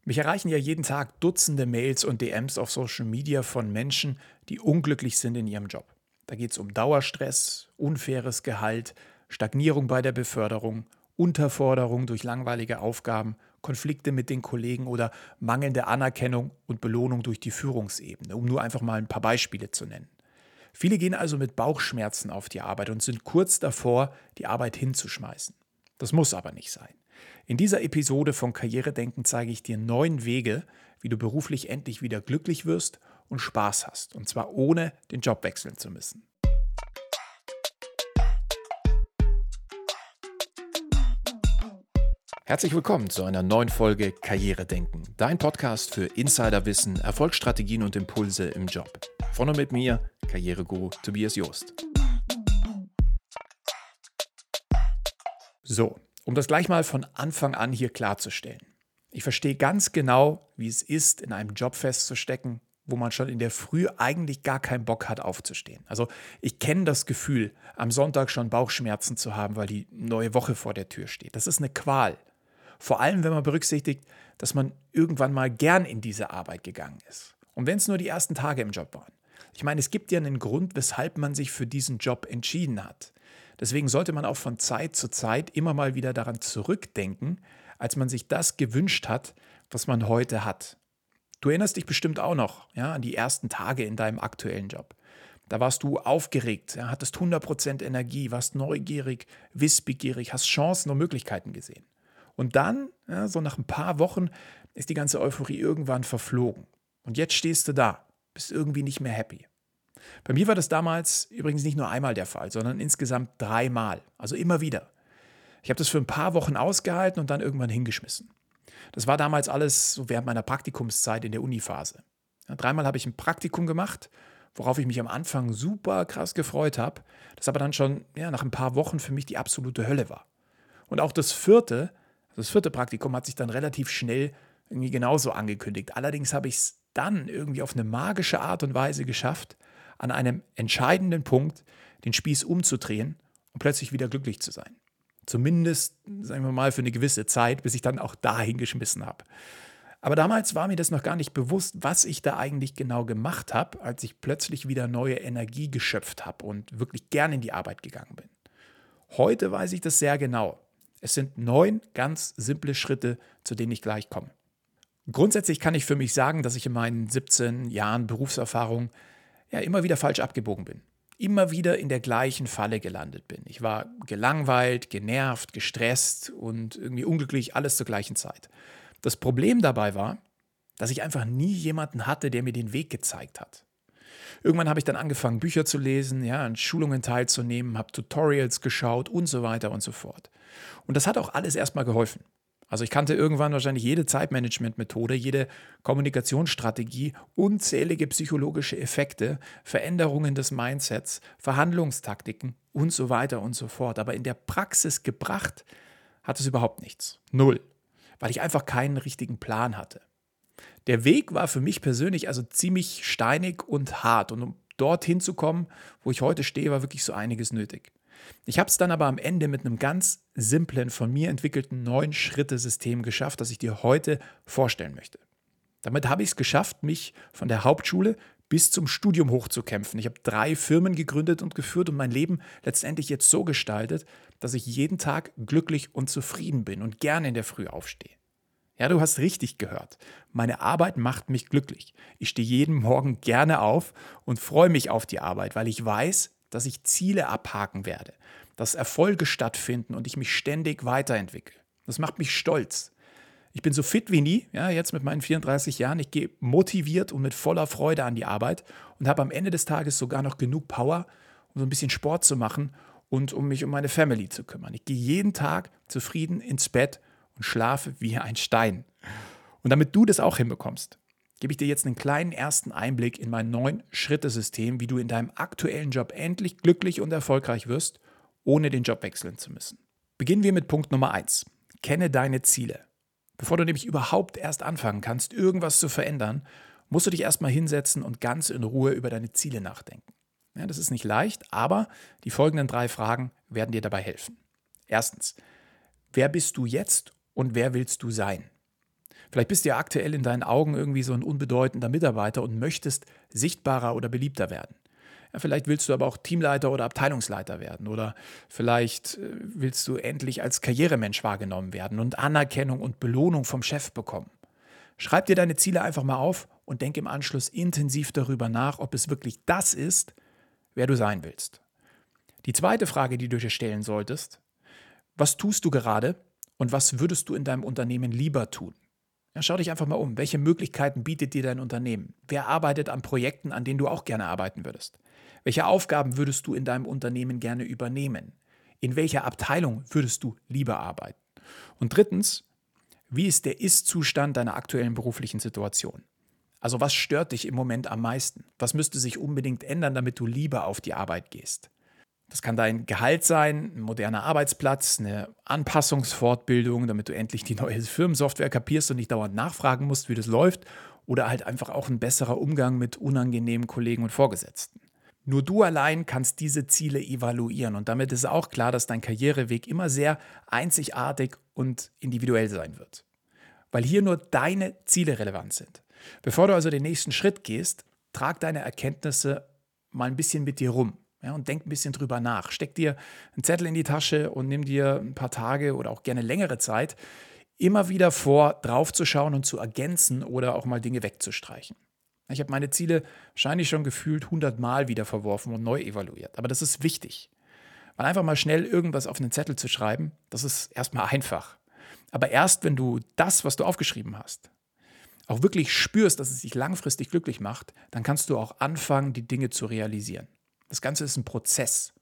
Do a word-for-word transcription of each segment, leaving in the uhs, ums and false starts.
Mich erreichen ja jeden Tag Dutzende Mails und D Ms auf Social Media von Menschen, die unglücklich sind in ihrem Job. Da geht es um Dauerstress, unfaires Gehalt, Stagnierung bei der Beförderung, Unterforderung durch langweilige Aufgaben, Konflikte mit den Kollegen oder mangelnde Anerkennung und Belohnung durch die Führungsebene, um nur einfach mal ein paar Beispiele zu nennen. Viele gehen also mit Bauchschmerzen auf die Arbeit und sind kurz davor, die Arbeit hinzuschmeißen. Das muss aber nicht sein. In dieser Episode von Karrieredenken zeige ich dir neun Wege, wie du beruflich endlich wieder glücklich wirst und Spaß hast. Und zwar ohne den Job wechseln zu müssen. Herzlich willkommen zu einer neuen Folge Karrieredenken, dein Podcast für Insiderwissen, Erfolgsstrategien und Impulse im Job. Von und mit mir, Karriereguru Tobias Joost. So, um das gleich mal von Anfang an hier klarzustellen. Ich verstehe ganz genau, wie es ist, in einem Job festzustecken, wo man schon in der Früh eigentlich gar keinen Bock hat, aufzustehen. Also ich kenne das Gefühl, am Sonntag schon Bauchschmerzen zu haben, weil die neue Woche vor der Tür steht. Das ist eine Qual. Vor allem, wenn man berücksichtigt, dass man irgendwann mal gern in diese Arbeit gegangen ist. Und wenn es nur die ersten Tage im Job waren. Ich meine, es gibt ja einen Grund, weshalb man sich für diesen Job entschieden hat. Deswegen sollte man auch von Zeit zu Zeit immer mal wieder daran zurückdenken, als man sich das gewünscht hat, was man heute hat. Du erinnerst dich bestimmt auch noch, ja, an die ersten Tage in deinem aktuellen Job. Da warst du aufgeregt, ja, hattest hundert Prozent Energie, warst neugierig, wissbegierig, hast Chancen und Möglichkeiten gesehen. Und dann, ja, so nach ein paar Wochen, ist die ganze Euphorie irgendwann verflogen. Und jetzt stehst du da, bist irgendwie nicht mehr happy. Bei mir war das damals übrigens nicht nur einmal der Fall, sondern insgesamt dreimal, also immer wieder. Ich habe das für ein paar Wochen ausgehalten und dann irgendwann hingeschmissen. Das war damals alles so während meiner Praktikumszeit in der Uniphase. Ja, dreimal habe ich ein Praktikum gemacht, worauf ich mich am Anfang super krass gefreut habe, das aber dann schon ja, nach ein paar Wochen für mich die absolute Hölle war. Und auch das vierte, das vierte Praktikum hat sich dann relativ schnell irgendwie genauso angekündigt. Allerdings habe ich es dann irgendwie auf eine magische Art und Weise geschafft, an einem entscheidenden Punkt den Spieß umzudrehen und plötzlich wieder glücklich zu sein. Zumindest, sagen wir mal, für eine gewisse Zeit, bis ich dann auch da hingeschmissen habe. Aber damals war mir das noch gar nicht bewusst, was ich da eigentlich genau gemacht habe, als ich plötzlich wieder neue Energie geschöpft habe und wirklich gern in die Arbeit gegangen bin. Heute weiß ich das sehr genau. Es sind neun ganz simple Schritte, zu denen ich gleich komme. Grundsätzlich kann ich für mich sagen, dass ich in meinen siebzehn Jahren Berufserfahrung ja immer wieder falsch abgebogen bin. Immer wieder in der gleichen Falle gelandet bin. Ich war gelangweilt, genervt, gestresst und irgendwie unglücklich, alles zur gleichen Zeit. Das Problem dabei war, dass ich einfach nie jemanden hatte, der mir den Weg gezeigt hat. Irgendwann habe ich dann angefangen, Bücher zu lesen, ja, an Schulungen teilzunehmen, habe Tutorials geschaut und so weiter und so fort. Und das hat auch alles erstmal geholfen. Also ich kannte irgendwann wahrscheinlich jede Zeitmanagement-Methode, jede Kommunikationsstrategie, unzählige psychologische Effekte, Veränderungen des Mindsets, Verhandlungstaktiken und so weiter und so fort. Aber in der Praxis gebracht hat es überhaupt nichts. Null. Weil ich einfach keinen richtigen Plan hatte. Der Weg war für mich persönlich also ziemlich steinig und hart. Und um dorthin zu kommen, wo ich heute stehe, war wirklich so einiges nötig. Ich habe es dann aber am Ende mit einem ganz simplen, von mir entwickelten neun-Schritte-System geschafft, das ich dir heute vorstellen möchte. Damit habe ich es geschafft, mich von der Hauptschule bis zum Studium hochzukämpfen. Ich habe drei Firmen gegründet und geführt und mein Leben letztendlich jetzt so gestaltet, dass ich jeden Tag glücklich und zufrieden bin und gerne in der Früh aufstehe. Ja, du hast richtig gehört. Meine Arbeit macht mich glücklich. Ich stehe jeden Morgen gerne auf und freue mich auf die Arbeit, weil ich weiß, dass ich Ziele abhaken werde, dass Erfolge stattfinden und ich mich ständig weiterentwickle. Das macht mich stolz. Ich bin so fit wie nie, ja, jetzt mit meinen vierunddreißig Jahren. Ich gehe motiviert und mit voller Freude an die Arbeit und habe am Ende des Tages sogar noch genug Power, um so ein bisschen Sport zu machen und um mich um meine Family zu kümmern. Ich gehe jeden Tag zufrieden ins Bett und schlafe wie ein Stein. Und damit du das auch hinbekommst, gebe ich dir jetzt einen kleinen ersten Einblick in mein neun-Schritte-System, wie du in deinem aktuellen Job endlich glücklich und erfolgreich wirst, ohne den Job wechseln zu müssen. Beginnen wir mit Punkt Nummer eins. Kenne deine Ziele. Bevor du nämlich überhaupt erst anfangen kannst, irgendwas zu verändern, musst du dich erstmal hinsetzen und ganz in Ruhe über deine Ziele nachdenken. Ja, das ist nicht leicht, aber die folgenden drei Fragen werden dir dabei helfen. Erstens, wer bist du jetzt und wer willst du sein? Vielleicht bist du ja aktuell in deinen Augen irgendwie so ein unbedeutender Mitarbeiter und möchtest sichtbarer oder beliebter werden. Ja, vielleicht willst du aber auch Teamleiter oder Abteilungsleiter werden oder vielleicht äh, willst du endlich als Karrieremensch wahrgenommen werden und Anerkennung und Belohnung vom Chef bekommen. Schreib dir deine Ziele einfach mal auf und denk im Anschluss intensiv darüber nach, ob es wirklich das ist, wer du sein willst. Die zweite Frage, die du dir stellen solltest: Was tust du gerade und was würdest du in deinem Unternehmen lieber tun? Ja, schau dich einfach mal um. Welche Möglichkeiten bietet dir dein Unternehmen? Wer arbeitet an Projekten, an denen du auch gerne arbeiten würdest? Welche Aufgaben würdest du in deinem Unternehmen gerne übernehmen? In welcher Abteilung würdest du lieber arbeiten? Und drittens, wie ist der Ist-Zustand deiner aktuellen beruflichen Situation? Also was stört dich im Moment am meisten? Was müsste sich unbedingt ändern, damit du lieber auf die Arbeit gehst? Das kann dein Gehalt sein, ein moderner Arbeitsplatz, eine Anpassungsfortbildung, damit du endlich die neue Firmensoftware kapierst und nicht dauernd nachfragen musst, wie das läuft, oder halt einfach auch ein besserer Umgang mit unangenehmen Kollegen und Vorgesetzten. Nur du allein kannst diese Ziele evaluieren und damit ist auch klar, dass dein Karriereweg immer sehr einzigartig und individuell sein wird. Weil hier nur deine Ziele relevant sind. Bevor du also den nächsten Schritt gehst, trag deine Erkenntnisse mal ein bisschen mit dir rum. Ja, und denk ein bisschen drüber nach. Steck dir einen Zettel in die Tasche und nimm dir ein paar Tage oder auch gerne längere Zeit, immer wieder vor, draufzuschauen und zu ergänzen oder auch mal Dinge wegzustreichen. Ich habe meine Ziele wahrscheinlich schon gefühlt hundert Mal wieder verworfen und neu evaluiert. Aber das ist wichtig. Weil einfach mal schnell irgendwas auf einen Zettel zu schreiben, das ist erstmal einfach. Aber erst wenn du das, was du aufgeschrieben hast, auch wirklich spürst, dass es dich langfristig glücklich macht, dann kannst du auch anfangen, die Dinge zu realisieren. Das Ganze ist ein Prozess.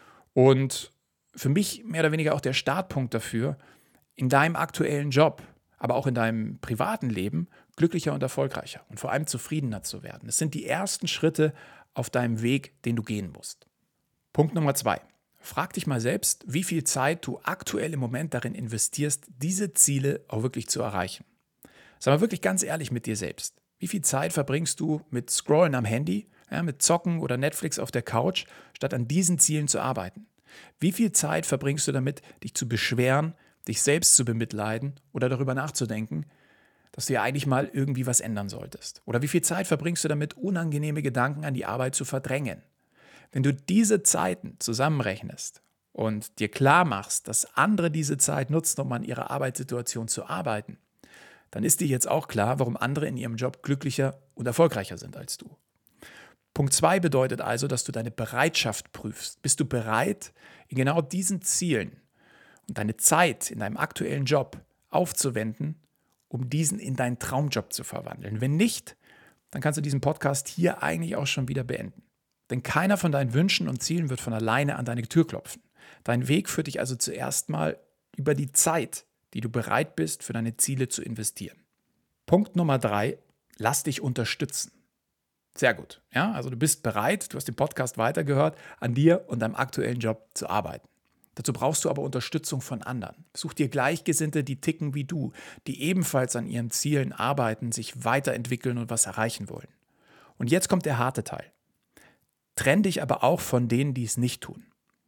Und für mich mehr oder weniger auch der Startpunkt dafür, in deinem aktuellen Job, aber auch in deinem privaten Leben glücklicher und erfolgreicher und vor allem zufriedener zu werden. Es sind die ersten Schritte auf deinem Weg, den du gehen musst. Punkt Nummer zwei. Frag dich mal selbst, wie viel Zeit du aktuell im Moment darin investierst, diese Ziele auch wirklich zu erreichen. Sei mal wirklich ganz ehrlich mit dir selbst. Wie viel Zeit verbringst du mit Scrollen am Handy, ja, mit Zocken oder Netflix auf der Couch, statt an diesen Zielen zu arbeiten? Wie viel Zeit verbringst du damit, dich zu beschweren, dich selbst zu bemitleiden oder darüber nachzudenken, dass du ja eigentlich mal irgendwie was ändern solltest? Oder wie viel Zeit verbringst du damit, unangenehme Gedanken an die Arbeit zu verdrängen? Wenn du diese Zeiten zusammenrechnest und dir klar machst, dass andere diese Zeit nutzen, um an ihrer Arbeitssituation zu arbeiten, dann ist dir jetzt auch klar, warum andere in ihrem Job glücklicher und erfolgreicher sind als du. Punkt zwei bedeutet also, dass du deine Bereitschaft prüfst. Bist du bereit, in genau diesen Zielen und deine Zeit in deinem aktuellen Job aufzuwenden, um diesen in deinen Traumjob zu verwandeln? Wenn nicht, dann kannst du diesen Podcast hier eigentlich auch schon wieder beenden. Denn keiner von deinen Wünschen und Zielen wird von alleine an deine Tür klopfen. Dein Weg führt dich also zuerst mal über die Zeit, die du bereit bist, für deine Ziele zu investieren. Punkt Nummer drei, lass dich unterstützen. Sehr gut. Ja, also du bist bereit, du hast den Podcast weitergehört, an dir und deinem aktuellen Job zu arbeiten. Dazu brauchst du aber Unterstützung von anderen. Such dir Gleichgesinnte, die ticken wie du, die ebenfalls an ihren Zielen arbeiten, sich weiterentwickeln und was erreichen wollen. Und jetzt kommt der harte Teil. Trenn dich aber auch von denen, die es nicht tun.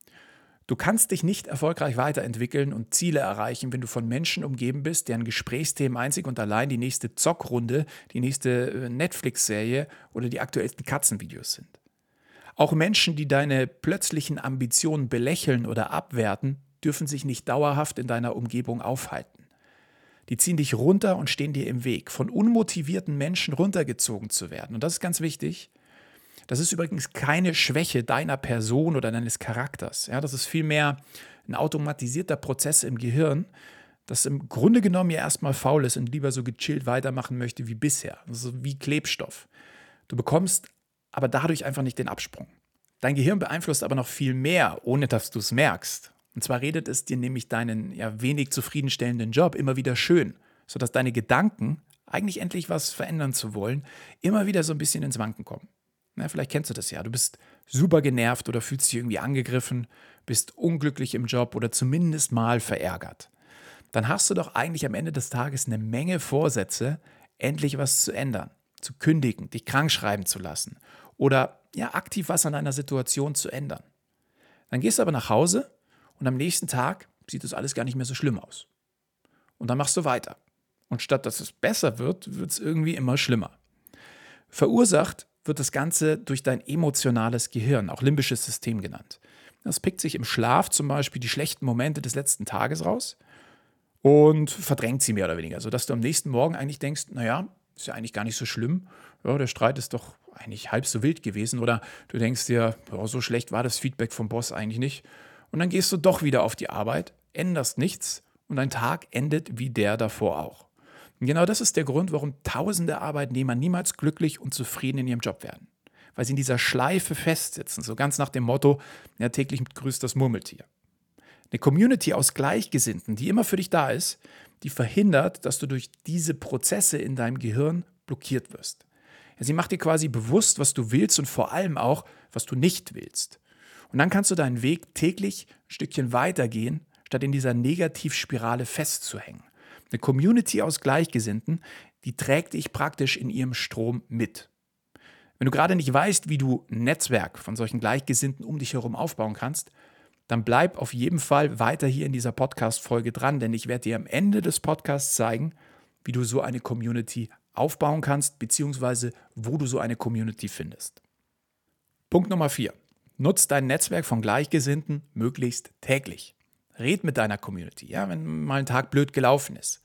Du kannst dich nicht erfolgreich weiterentwickeln und Ziele erreichen, wenn du von Menschen umgeben bist, deren Gesprächsthemen einzig und allein die nächste Zockrunde, die nächste Netflix-Serie oder die aktuellsten Katzenvideos sind. Auch Menschen, die deine plötzlichen Ambitionen belächeln oder abwerten, dürfen sich nicht dauerhaft in deiner Umgebung aufhalten. Die ziehen dich runter und stehen dir im Weg, von unmotivierten Menschen runtergezogen zu werden. Und das ist ganz wichtig. Das ist übrigens keine Schwäche deiner Person oder deines Charakters. Ja, das ist vielmehr ein automatisierter Prozess im Gehirn, das im Grunde genommen ja erstmal faul ist und lieber so gechillt weitermachen möchte wie bisher. Das ist wie Klebstoff. Du bekommst aber dadurch einfach nicht den Absprung. Dein Gehirn beeinflusst aber noch viel mehr, ohne dass du es merkst. Und zwar redet es dir nämlich deinen ja wenig zufriedenstellenden Job immer wieder schön, sodass deine Gedanken, eigentlich endlich was verändern zu wollen, immer wieder so ein bisschen ins Wanken kommen. Na, vielleicht kennst du das ja. Du bist super genervt oder fühlst dich irgendwie angegriffen, bist unglücklich im Job oder zumindest mal verärgert. Dann hast du doch eigentlich am Ende des Tages eine Menge Vorsätze, endlich was zu ändern, zu kündigen, dich krank schreiben zu lassen oder ja aktiv was an deiner Situation zu ändern. Dann gehst du aber nach Hause und am nächsten Tag sieht das alles gar nicht mehr so schlimm aus. Und dann machst du weiter Und statt dass es besser wird, wird es irgendwie immer schlimmer. Verursacht wird das Ganze durch dein emotionales Gehirn, auch limbisches System genannt. Das pickt sich im Schlaf zum Beispiel die schlechten Momente des letzten Tages raus und verdrängt sie mehr oder weniger, sodass du am nächsten Morgen eigentlich denkst, naja, ist ja eigentlich gar nicht so schlimm. Ja, der Streit ist doch eigentlich halb so wild gewesen. Oder du denkst dir, ja, so schlecht war das Feedback vom Boss eigentlich nicht. Und dann gehst du doch wieder auf die Arbeit, änderst nichts und dein Tag endet wie der davor auch. Und genau das ist der Grund, warum tausende Arbeitnehmer niemals glücklich und zufrieden in ihrem Job werden. Weil sie in dieser Schleife festsitzen, so ganz nach dem Motto, ja, täglich grüßt das Murmeltier. Eine Community aus Gleichgesinnten, die immer für dich da ist, die verhindert, dass du durch diese Prozesse in deinem Gehirn blockiert wirst. Ja, sie macht dir quasi bewusst, was du willst und vor allem auch, was du nicht willst. Und dann kannst du deinen Weg täglich ein Stückchen weitergehen, statt in dieser Negativspirale festzuhängen. Eine Community aus Gleichgesinnten, die trägt dich praktisch in ihrem Strom mit. Wenn du gerade nicht weißt, wie du ein Netzwerk von solchen Gleichgesinnten um dich herum aufbauen kannst, dann bleib auf jeden Fall weiter hier in dieser Podcast-Folge dran, denn ich werde dir am Ende des Podcasts zeigen, wie du so eine Community aufbauen kannst, beziehungsweise wo du so eine Community findest. Punkt Nummer vier. Nutz dein Netzwerk von Gleichgesinnten möglichst täglich. Red mit deiner Community, ja, wenn mal ein Tag blöd gelaufen ist.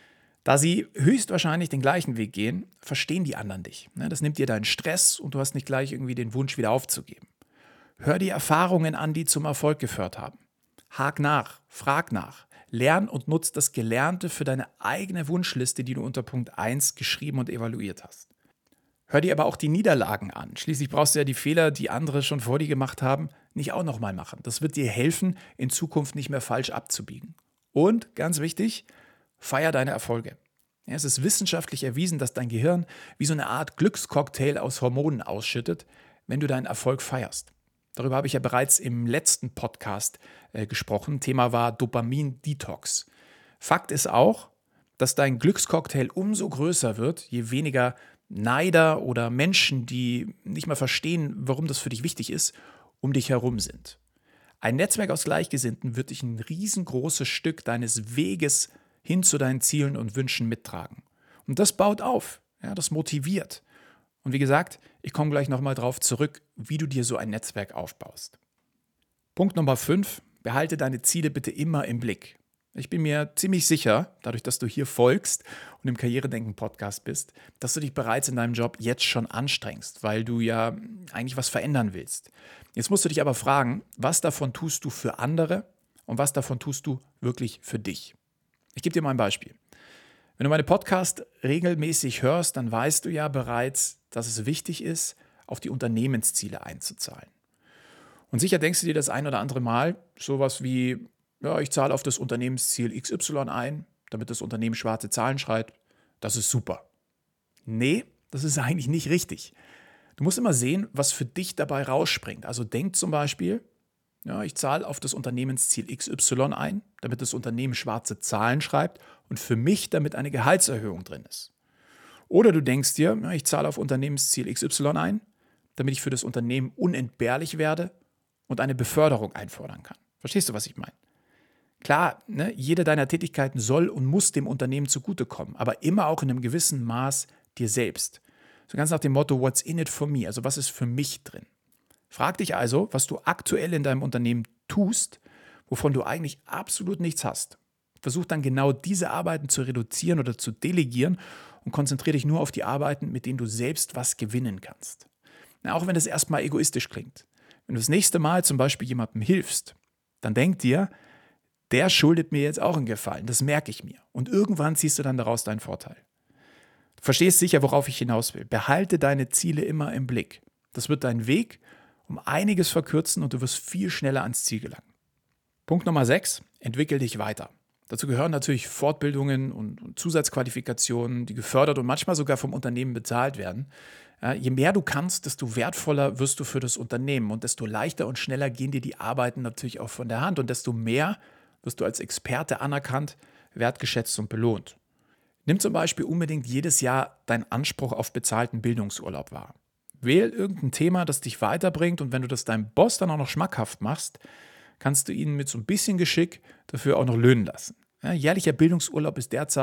Da sie höchstwahrscheinlich den gleichen Weg gehen, verstehen die anderen dich. Das nimmt dir deinen Stress und du hast nicht gleich irgendwie den Wunsch, wieder aufzugeben. Hör die Erfahrungen an, die zum Erfolg geführt haben. Hak nach, frag nach, lern und nutz das Gelernte für deine eigene Wunschliste, die du unter Punkt eins geschrieben und evaluiert hast. Hör dir aber auch die Niederlagen an. Schließlich brauchst du ja die Fehler, die andere schon vor dir gemacht haben, nicht auch nochmal machen. Das wird dir helfen, in Zukunft nicht mehr falsch abzubiegen. Und, ganz wichtig, feier deine Erfolge. Ja, es ist wissenschaftlich erwiesen, dass dein Gehirn wie so eine Art Glückscocktail aus Hormonen ausschüttet, wenn du deinen Erfolg feierst. Darüber habe ich ja bereits im letzten Podcast äh, gesprochen. Thema war Dopamin-Detox. Fakt ist auch, dass dein Glückscocktail umso größer wird, je weniger Neider oder Menschen, die nicht mal verstehen, warum das für dich wichtig ist, um dich herum sind. Ein Netzwerk aus Gleichgesinnten wird dich ein riesengroßes Stück deines Weges hin zu deinen Zielen und Wünschen mittragen. Und das baut auf, ja, das motiviert. Und wie gesagt, ich komme gleich nochmal drauf zurück, wie du dir so ein Netzwerk aufbaust. Punkt Nummer fünf, behalte deine Ziele bitte immer im Blick. Ich bin mir ziemlich sicher, dadurch, dass du hier folgst und im Karrieredenken-Podcast bist, dass du dich bereits in deinem Job jetzt schon anstrengst, weil du ja eigentlich was verändern willst. Jetzt musst du dich aber fragen, was davon tust du für andere und was davon tust du wirklich für dich? Ich gebe dir mal ein Beispiel. Wenn du meine Podcast regelmäßig hörst, dann weißt du ja bereits, dass es wichtig ist, auf die Unternehmensziele einzuzahlen. Und sicher denkst du dir das ein oder andere Mal sowas wie, ja, ich zahle auf das Unternehmensziel X Y ein, damit das Unternehmen schwarze Zahlen schreibt. Das ist super. Nee, das ist eigentlich nicht richtig. Du musst immer sehen, was für dich dabei rausspringt. Also denk zum Beispiel, ja, ich zahle auf das Unternehmensziel X Y ein, damit das Unternehmen schwarze Zahlen schreibt und für mich damit eine Gehaltserhöhung drin ist. Oder du denkst dir, ja, ich zahle auf Unternehmensziel X Y ein, damit ich für das Unternehmen unentbehrlich werde und eine Beförderung einfordern kann. Verstehst du, was ich meine? Klar, ne, jede deiner Tätigkeiten soll und muss dem Unternehmen zugutekommen, aber immer auch in einem gewissen Maß dir selbst. So ganz nach dem Motto, what's in it for me? Also was ist für mich drin? Frag dich also, was du aktuell in deinem Unternehmen tust, wovon du eigentlich absolut nichts hast. Versuch dann genau diese Arbeiten zu reduzieren oder zu delegieren und konzentriere dich nur auf die Arbeiten, mit denen du selbst was gewinnen kannst. Na, auch wenn das erstmal egoistisch klingt. Wenn du das nächste Mal zum Beispiel jemandem hilfst, dann denk dir, der schuldet mir jetzt auch einen Gefallen, das merke ich mir. Und irgendwann ziehst du dann daraus deinen Vorteil. Du verstehst sicher, worauf ich hinaus will. Behalte deine Ziele immer im Blick. Das wird deinen Weg um einiges verkürzen und du wirst viel schneller ans Ziel gelangen. Punkt Nummer sechs, entwickel dich weiter. Dazu gehören natürlich Fortbildungen und, und Zusatzqualifikationen, die gefördert und manchmal sogar vom Unternehmen bezahlt werden. Ja, je mehr du kannst, desto wertvoller wirst du für das Unternehmen und desto leichter und schneller gehen dir die Arbeiten natürlich auch von der Hand und desto mehr wirst du als Experte anerkannt, wertgeschätzt und belohnt. Nimm zum Beispiel unbedingt jedes Jahr deinen Anspruch auf bezahlten Bildungsurlaub wahr. Wähl irgendein Thema, das dich weiterbringt und wenn du das deinem Boss dann auch noch schmackhaft machst, kannst du ihn mit so ein bisschen Geschick dafür auch noch löhnen lassen. Ja, jährlicher Bildungsurlaub ist derzeit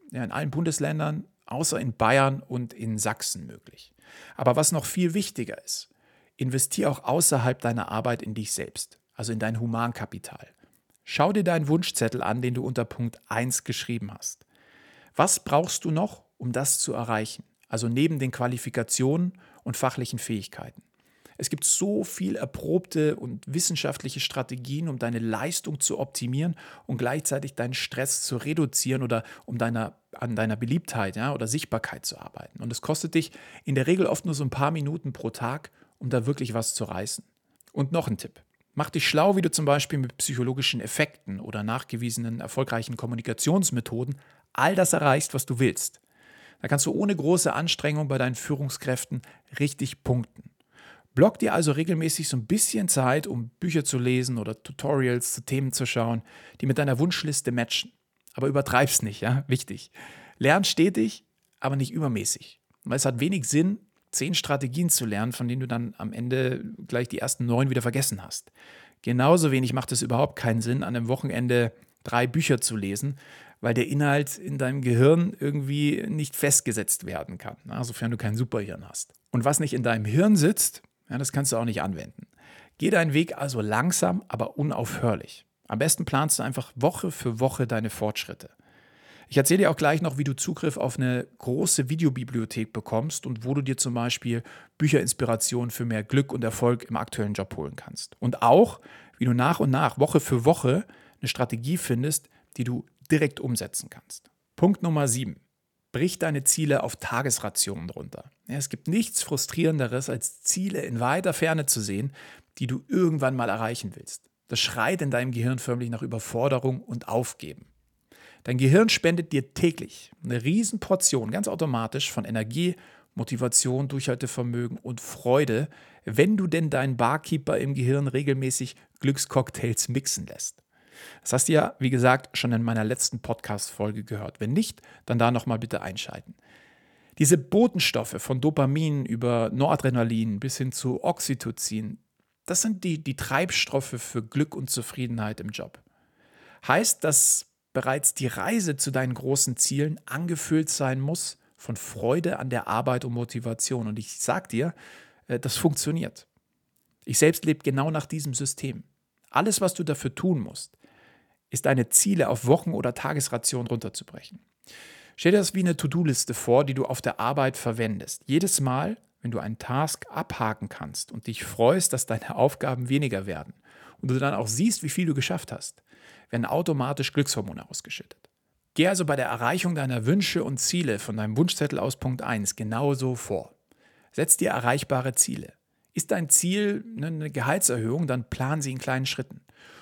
ja, in allen Bundesländern, außer in Bayern und in Sachsen möglich. Aber was noch viel wichtiger ist, investier auch außerhalb deiner Arbeit in dich selbst, also in dein Humankapital. Schau dir deinen Wunschzettel an, den du unter Punkt eins geschrieben hast. Was brauchst du noch, um das zu erreichen? Also neben den Qualifikationen und fachlichen Fähigkeiten. Es gibt so viel erprobte und wissenschaftliche Strategien, um deine Leistung zu optimieren und gleichzeitig deinen Stress zu reduzieren oder um deiner, an deiner Beliebtheit, ja, oder Sichtbarkeit zu arbeiten. Und es kostet dich in der Regel oft nur so ein paar Minuten pro Tag, um da wirklich was zu reißen. Und noch ein Tipp. Mach dich schlau, wie du zum Beispiel mit psychologischen Effekten oder nachgewiesenen erfolgreichen Kommunikationsmethoden all das erreichst, was du willst. Da kannst du ohne große Anstrengung bei deinen Führungskräften richtig punkten. Block dir also regelmäßig so ein bisschen Zeit, um Bücher zu lesen oder Tutorials zu Themen zu schauen, die mit deiner Wunschliste matchen. Aber übertreib's nicht, ja? Wichtig. Lern stetig, aber nicht übermäßig. Weil es hat wenig Sinn, zehn Strategien zu lernen, von denen du dann am Ende gleich die ersten neun wieder vergessen hast. Genauso wenig macht es überhaupt keinen Sinn, an einem Wochenende drei Bücher zu lesen, weil der Inhalt in deinem Gehirn irgendwie nicht festgesetzt werden kann, na, sofern du kein Superhirn hast. Und was nicht in deinem Hirn sitzt, ja, das kannst du auch nicht anwenden. Geh deinen Weg also langsam, aber unaufhörlich. Am besten planst du einfach Woche für Woche deine Fortschritte. Ich erzähle dir auch gleich noch, wie du Zugriff auf eine große Videobibliothek bekommst und wo du dir zum Beispiel Bücherinspirationen für mehr Glück und Erfolg im aktuellen Job holen kannst. Und auch, wie du nach und nach, Woche für Woche, eine Strategie findest, die du direkt umsetzen kannst. Punkt Nummer sieben. Brich deine Ziele auf Tagesrationen runter. Ja, es gibt nichts Frustrierenderes, als Ziele in weiter Ferne zu sehen, die du irgendwann mal erreichen willst. Das schreit in deinem Gehirn förmlich nach Überforderung und Aufgeben. Dein Gehirn spendet dir täglich eine Riesenportion, ganz automatisch, von Energie, Motivation, Durchhaltevermögen und Freude, wenn du denn deinen Barkeeper im Gehirn regelmäßig Glückscocktails mixen lässt. Das hast du ja, wie gesagt, schon in meiner letzten Podcast-Folge gehört. Wenn nicht, dann da nochmal bitte einschalten. Diese Botenstoffe von Dopamin über Noradrenalin bis hin zu Oxytocin, das sind die, die Treibstoffe für Glück und Zufriedenheit im Job. Heißt, dass bereits die Reise zu deinen großen Zielen angefüllt sein muss von Freude an der Arbeit und Motivation. Und ich sag dir, das funktioniert. Ich selbst lebe genau nach diesem System. Alles, was du dafür tun musst, ist deine Ziele auf Wochen- oder Tagesration runterzubrechen. Stell dir das wie eine To-Do-Liste vor, die du auf der Arbeit verwendest. Jedes Mal, wenn du einen Task abhaken kannst und dich freust, dass deine Aufgaben weniger werden und du dann auch siehst, wie viel du geschafft hast, werden automatisch Glückshormone ausgeschüttet. Geh also bei der Erreichung deiner Wünsche und Ziele von deinem Wunschzettel aus Punkt eins genauso vor. Setz dir erreichbare Ziele. Ist dein Ziel eine Gehaltserhöhung, dann plan sie in kleinen Schritten.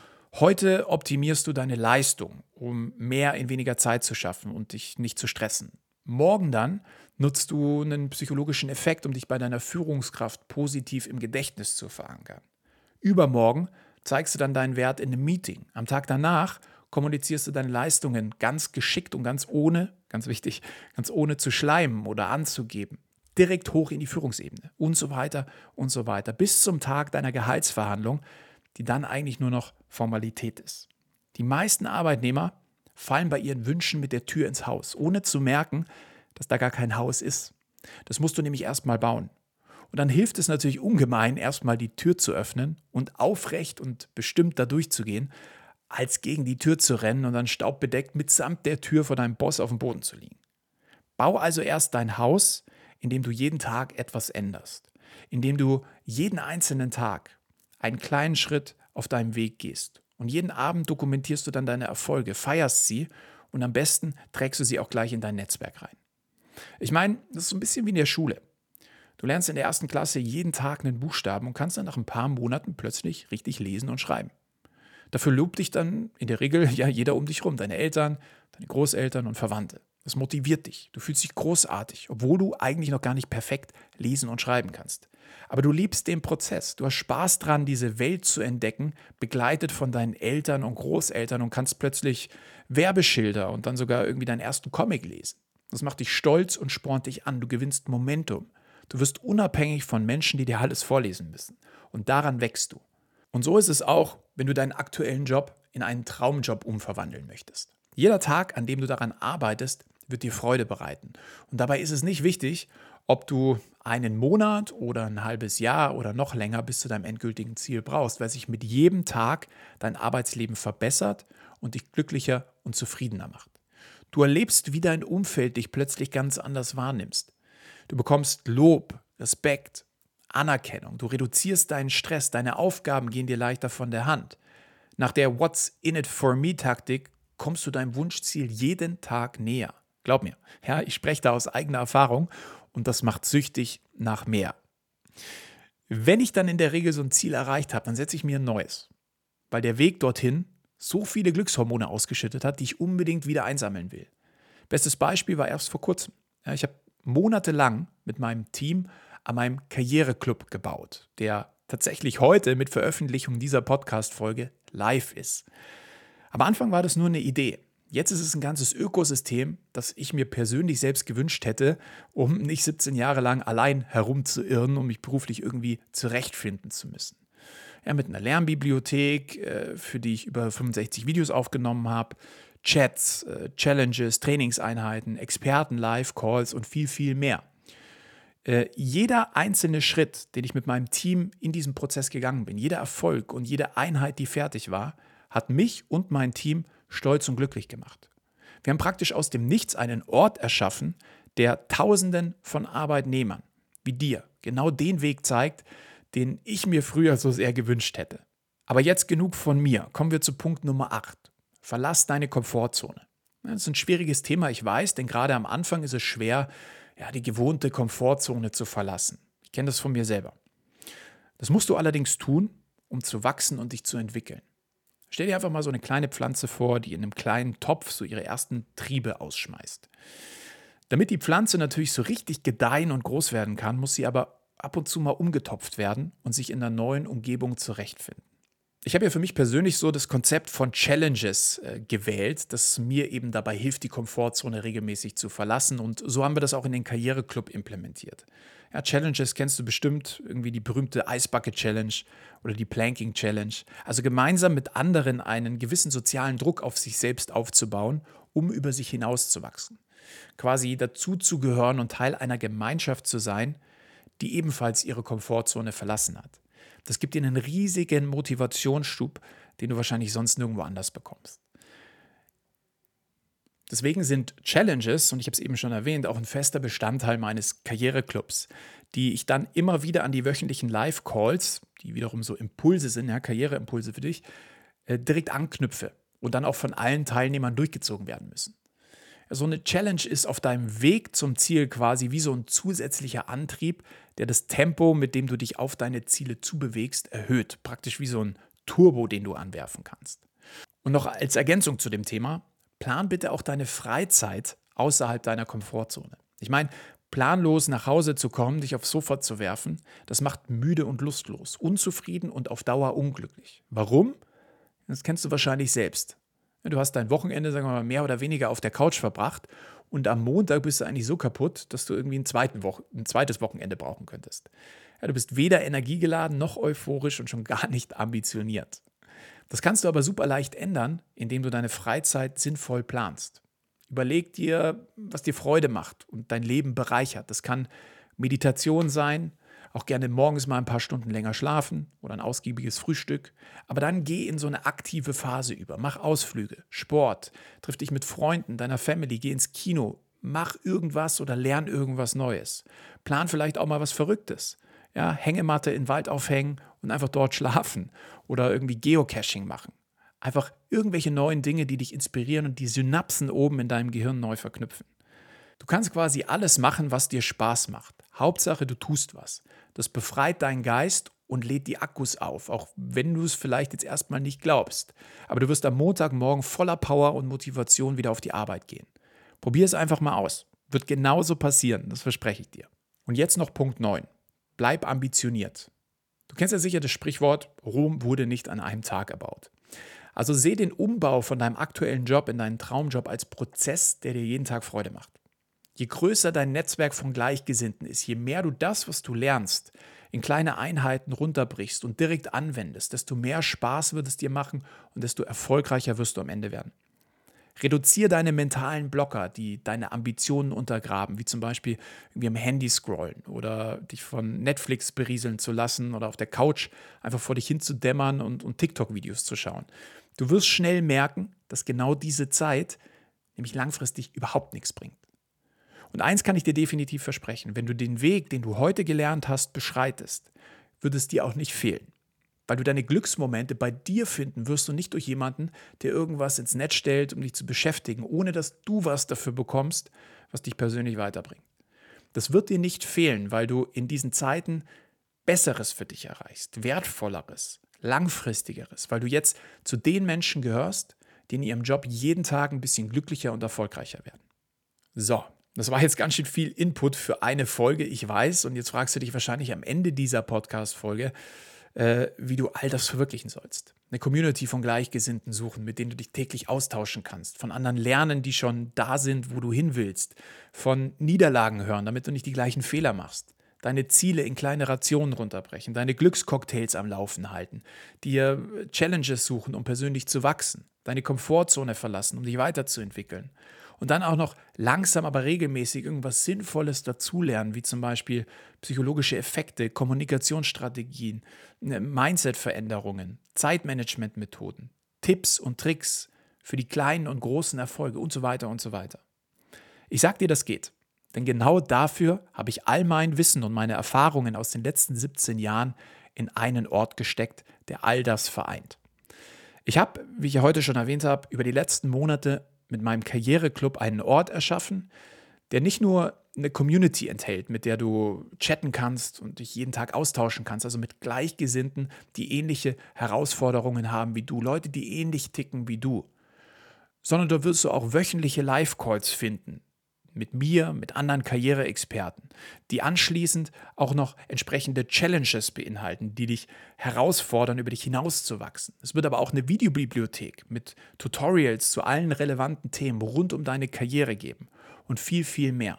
Heute optimierst du deine Leistung, um mehr in weniger Zeit zu schaffen und dich nicht zu stressen. Morgen dann nutzt du einen psychologischen Effekt, um dich bei deiner Führungskraft positiv im Gedächtnis zu verankern. Übermorgen zeigst du dann deinen Wert in einem Meeting. Am Tag danach kommunizierst du deine Leistungen ganz geschickt und ganz ohne, ganz wichtig, ganz ohne zu schleimen oder anzugeben. Direkt hoch in die Führungsebene und so weiter und so weiter. Bis zum Tag deiner Gehaltsverhandlung, die dann eigentlich nur noch Formalität ist. Die meisten Arbeitnehmer fallen bei ihren Wünschen mit der Tür ins Haus, ohne zu merken, dass da gar kein Haus ist. Das musst du nämlich erstmal bauen. Und dann hilft es natürlich ungemein, erstmal die Tür zu öffnen und aufrecht und bestimmt da durchzugehen, als gegen die Tür zu rennen und dann staubbedeckt mitsamt der Tür vor deinem Boss auf dem Boden zu liegen. Bau also erst dein Haus, indem du jeden Tag etwas änderst, indem du jeden einzelnen Tag einen kleinen Schritt auf deinem Weg gehst. Und jeden Abend dokumentierst du dann deine Erfolge, feierst sie und am besten trägst du sie auch gleich in dein Netzwerk rein. Ich meine, das ist so ein bisschen wie in der Schule. Du lernst in der ersten Klasse jeden Tag einen Buchstaben und kannst dann nach ein paar Monaten plötzlich richtig lesen und schreiben. Dafür lobt dich dann in der Regel ja jeder um dich rum, deine Eltern, deine Großeltern und Verwandte. Das motiviert dich. Du fühlst dich großartig, obwohl du eigentlich noch gar nicht perfekt lesen und schreiben kannst. Aber du liebst den Prozess. Du hast Spaß dran, diese Welt zu entdecken, begleitet von deinen Eltern und Großeltern und kannst plötzlich Werbeschilder und dann sogar irgendwie deinen ersten Comic lesen. Das macht dich stolz und spornt dich an. Du gewinnst Momentum. Du wirst unabhängig von Menschen, die dir alles vorlesen müssen. Und daran wächst du. Und so ist es auch, wenn du deinen aktuellen Job in einen Traumjob umverwandeln möchtest. Jeder Tag, an dem du daran arbeitest, wird dir Freude bereiten. Und dabei ist es nicht wichtig, ob du einen Monat oder ein halbes Jahr oder noch länger bis zu deinem endgültigen Ziel brauchst, weil sich mit jedem Tag dein Arbeitsleben verbessert und dich glücklicher und zufriedener macht. Du erlebst, wie dein Umfeld dich plötzlich ganz anders wahrnimmst. Du bekommst Lob, Respekt, Anerkennung. Du reduzierst deinen Stress, deine Aufgaben gehen dir leichter von der Hand. Nach der What's in it for me Taktik kommst du deinem Wunschziel jeden Tag näher. Glaub mir, ja, ich spreche da aus eigener Erfahrung und das macht süchtig nach mehr. Wenn ich dann in der Regel so ein Ziel erreicht habe, dann setze ich mir ein neues, weil der Weg dorthin so viele Glückshormone ausgeschüttet hat, die ich unbedingt wieder einsammeln will. Bestes Beispiel war erst vor kurzem. Ja, ich habe monatelang mit meinem Team an meinem Karriereclub gebaut, der tatsächlich heute mit Veröffentlichung dieser Podcast-Folge live ist. Am Anfang war das nur eine Idee. Jetzt ist es ein ganzes Ökosystem, das ich mir persönlich selbst gewünscht hätte, um nicht siebzehn Jahre lang allein herumzuirren, um mich beruflich irgendwie zurechtfinden zu müssen. Ja, mit einer Lernbibliothek, äh, für die ich über fünfundsechzig Videos aufgenommen habe, Chats, äh, Challenges, Trainingseinheiten, Experten, Live-Calls und viel, viel mehr. Äh, jeder einzelne Schritt, den ich mit meinem Team in diesem Prozess gegangen bin, jeder Erfolg und jede Einheit, die fertig war, hat mich und mein Team stolz und glücklich gemacht. Wir haben praktisch aus dem Nichts einen Ort erschaffen, der Tausenden von Arbeitnehmern wie dir genau den Weg zeigt, den ich mir früher so sehr gewünscht hätte. Aber jetzt genug von mir. Kommen wir zu Punkt Nummer acht. Verlass deine Komfortzone. Das ist ein schwieriges Thema, ich weiß, denn gerade am Anfang ist es schwer, ja, die gewohnte Komfortzone zu verlassen. Ich kenne das von mir selber. Das musst du allerdings tun, um zu wachsen und dich zu entwickeln. Stell dir einfach mal so eine kleine Pflanze vor, die in einem kleinen Topf so ihre ersten Triebe ausschmeißt. Damit die Pflanze natürlich so richtig gedeihen und groß werden kann, muss sie aber ab und zu mal umgetopft werden und sich in einer neuen Umgebung zurechtfinden. Ich habe ja für mich persönlich so das Konzept von Challenges äh, gewählt, das mir eben dabei hilft, die Komfortzone regelmäßig zu verlassen. Und so haben wir das auch in den Karriereclub implementiert. Ja, Challenges kennst du bestimmt, irgendwie die berühmte Ice Bucket Challenge oder die Planking Challenge. Also gemeinsam mit anderen einen gewissen sozialen Druck auf sich selbst aufzubauen, um über sich hinauszuwachsen. Quasi dazuzugehören und Teil einer Gemeinschaft zu sein, die ebenfalls ihre Komfortzone verlassen hat. Das gibt dir einen riesigen Motivationsschub, den du wahrscheinlich sonst nirgendwo anders bekommst. Deswegen sind Challenges, und ich habe es eben schon erwähnt, auch ein fester Bestandteil meines Karriereclubs, die ich dann immer wieder an die wöchentlichen Live-Calls, die wiederum so Impulse sind, ja, Karriereimpulse für dich, äh, direkt anknüpfe und dann auch von allen Teilnehmern durchgezogen werden müssen. So eine Challenge ist auf deinem Weg zum Ziel quasi wie so ein zusätzlicher Antrieb, der das Tempo, mit dem du dich auf deine Ziele zubewegst, erhöht. Praktisch wie so ein Turbo, den du anwerfen kannst. Und noch als Ergänzung zu dem Thema, plan bitte auch deine Freizeit außerhalb deiner Komfortzone. Ich meine, planlos nach Hause zu kommen, dich aufs Sofa zu werfen, das macht müde und lustlos, unzufrieden und auf Dauer unglücklich. Warum? Das kennst du wahrscheinlich selbst. Du hast dein Wochenende, sagen wir mal, mehr oder weniger auf der Couch verbracht und am Montag bist du eigentlich so kaputt, dass du irgendwie ein, zweiten Wo- ein zweites Wochenende brauchen könntest. Ja, du bist weder energiegeladen noch euphorisch und schon gar nicht ambitioniert. Das kannst du aber super leicht ändern, indem du deine Freizeit sinnvoll planst. Überleg dir, was dir Freude macht und dein Leben bereichert. Das kann Meditation sein, auch gerne morgens mal ein paar Stunden länger schlafen oder ein ausgiebiges Frühstück. Aber dann geh in so eine aktive Phase über. Mach Ausflüge, Sport, triff dich mit Freunden, deiner Family, geh ins Kino, mach irgendwas oder lern irgendwas Neues. Plan vielleicht auch mal was Verrücktes. Ja, Hängematte in den Wald aufhängen und einfach dort schlafen oder irgendwie Geocaching machen. Einfach irgendwelche neuen Dinge, die dich inspirieren und die Synapsen oben in deinem Gehirn neu verknüpfen. Du kannst quasi alles machen, was dir Spaß macht. Hauptsache, du tust was. Das befreit deinen Geist und lädt die Akkus auf, auch wenn du es vielleicht jetzt erstmal nicht glaubst. Aber du wirst am Montagmorgen voller Power und Motivation wieder auf die Arbeit gehen. Probier es einfach mal aus. Wird genauso passieren, das verspreche ich dir. Und jetzt noch Punkt neun. Bleib ambitioniert. Du kennst ja sicher das Sprichwort, Rom wurde nicht an einem Tag erbaut. Also seh den Umbau von deinem aktuellen Job in deinen Traumjob als Prozess, der dir jeden Tag Freude macht. Je größer dein Netzwerk von Gleichgesinnten ist, je mehr du das, was du lernst, in kleine Einheiten runterbrichst und direkt anwendest, desto mehr Spaß wird es dir machen und desto erfolgreicher wirst du am Ende werden. Reduziere deine mentalen Blocker, die deine Ambitionen untergraben, wie zum Beispiel irgendwie am Handy scrollen oder dich von Netflix berieseln zu lassen oder auf der Couch einfach vor dich hinzudämmern und, und TikTok-Videos zu schauen. Du wirst schnell merken, dass genau diese Zeit nämlich langfristig überhaupt nichts bringt. Und eins kann ich dir definitiv versprechen, wenn du den Weg, den du heute gelernt hast, beschreitest, wird es dir auch nicht fehlen. Weil du deine Glücksmomente bei dir finden wirst und nicht durch jemanden, der irgendwas ins Netz stellt, um dich zu beschäftigen, ohne dass du was dafür bekommst, was dich persönlich weiterbringt. Das wird dir nicht fehlen, weil du in diesen Zeiten Besseres für dich erreichst, Wertvolleres, Langfristigeres, weil du jetzt zu den Menschen gehörst, die in ihrem Job jeden Tag ein bisschen glücklicher und erfolgreicher werden. So, das war jetzt ganz schön viel Input für eine Folge, ich weiß, und jetzt fragst du dich wahrscheinlich am Ende dieser Podcast-Folge, Äh, wie du all das verwirklichen sollst. Eine Community von Gleichgesinnten suchen, mit denen du dich täglich austauschen kannst, von anderen lernen, die schon da sind, wo du hin willst, von Niederlagen hören, damit du nicht die gleichen Fehler machst, deine Ziele in kleine Rationen runterbrechen, deine Glückscocktails am Laufen halten, dir Challenges suchen, um persönlich zu wachsen, deine Komfortzone verlassen, um dich weiterzuentwickeln. Und dann auch noch langsam, aber regelmäßig irgendwas Sinnvolles dazulernen, wie zum Beispiel psychologische Effekte, Kommunikationsstrategien, Mindset-Veränderungen, Zeitmanagement-Methoden, Tipps und Tricks für die kleinen und großen Erfolge und so weiter und so weiter. Ich sag dir, das geht. Denn genau dafür habe ich all mein Wissen und meine Erfahrungen aus den letzten siebzehn Jahren in einen Ort gesteckt, der all das vereint. Ich habe, wie ich ja heute schon erwähnt habe, über die letzten Monate mit meinem Karriereclub einen Ort erschaffen, der nicht nur eine Community enthält, mit der du chatten kannst und dich jeden Tag austauschen kannst, also mit Gleichgesinnten, die ähnliche Herausforderungen haben wie du, Leute, die ähnlich ticken wie du, sondern da wirst du auch wöchentliche Live-Calls finden, mit mir, mit anderen Karriereexperten, die anschließend auch noch entsprechende Challenges beinhalten, die dich herausfordern, über dich hinauszuwachsen. Es wird aber auch eine Videobibliothek mit Tutorials zu allen relevanten Themen rund um deine Karriere geben und viel, viel mehr.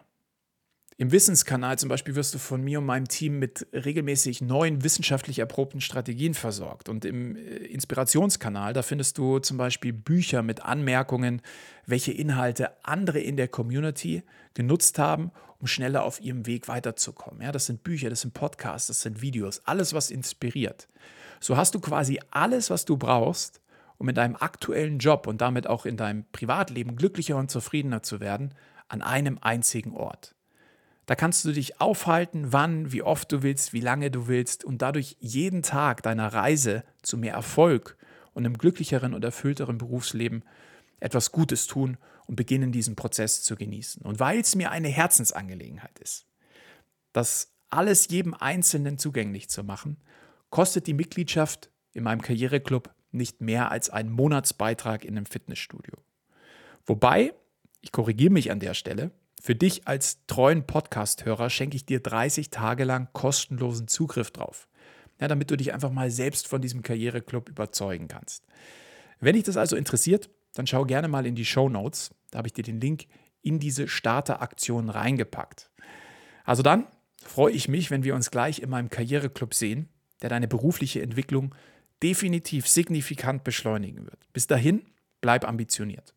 Im Wissenskanal zum Beispiel wirst du von mir und meinem Team mit regelmäßig neuen wissenschaftlich erprobten Strategien versorgt. Und im Inspirationskanal, da findest du zum Beispiel Bücher mit Anmerkungen, welche Inhalte andere in der Community genutzt haben, um schneller auf ihrem Weg weiterzukommen. Ja, das sind Bücher, das sind Podcasts, das sind Videos, alles, was inspiriert. So hast du quasi alles, was du brauchst, um in deinem aktuellen Job und damit auch in deinem Privatleben glücklicher und zufriedener zu werden, an einem einzigen Ort. Da kannst du dich aufhalten, wann, wie oft du willst, wie lange du willst und dadurch jeden Tag deiner Reise zu mehr Erfolg und einem glücklicheren und erfüllteren Berufsleben etwas Gutes tun und beginnen, diesen Prozess zu genießen. Und weil es mir eine Herzensangelegenheit ist, das alles jedem Einzelnen zugänglich zu machen, kostet die Mitgliedschaft in meinem Karriereclub nicht mehr als einen Monatsbeitrag in einem Fitnessstudio. Wobei, ich korrigiere mich an der Stelle, für dich als treuen Podcast-Hörer schenke ich dir dreißig Tage lang kostenlosen Zugriff drauf, ja, damit du dich einfach mal selbst von diesem Karriereclub überzeugen kannst. Wenn dich das also interessiert, dann schau gerne mal in die Shownotes, da habe ich dir den Link in diese Starteraktion reingepackt. Also dann freue ich mich, wenn wir uns gleich in meinem Karriereclub sehen, der deine berufliche Entwicklung definitiv signifikant beschleunigen wird. Bis dahin, bleib ambitioniert.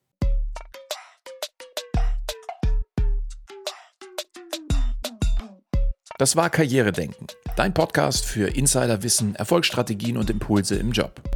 Das war Karrieredenken, dein Podcast für Insiderwissen, Erfolgsstrategien und Impulse im Job.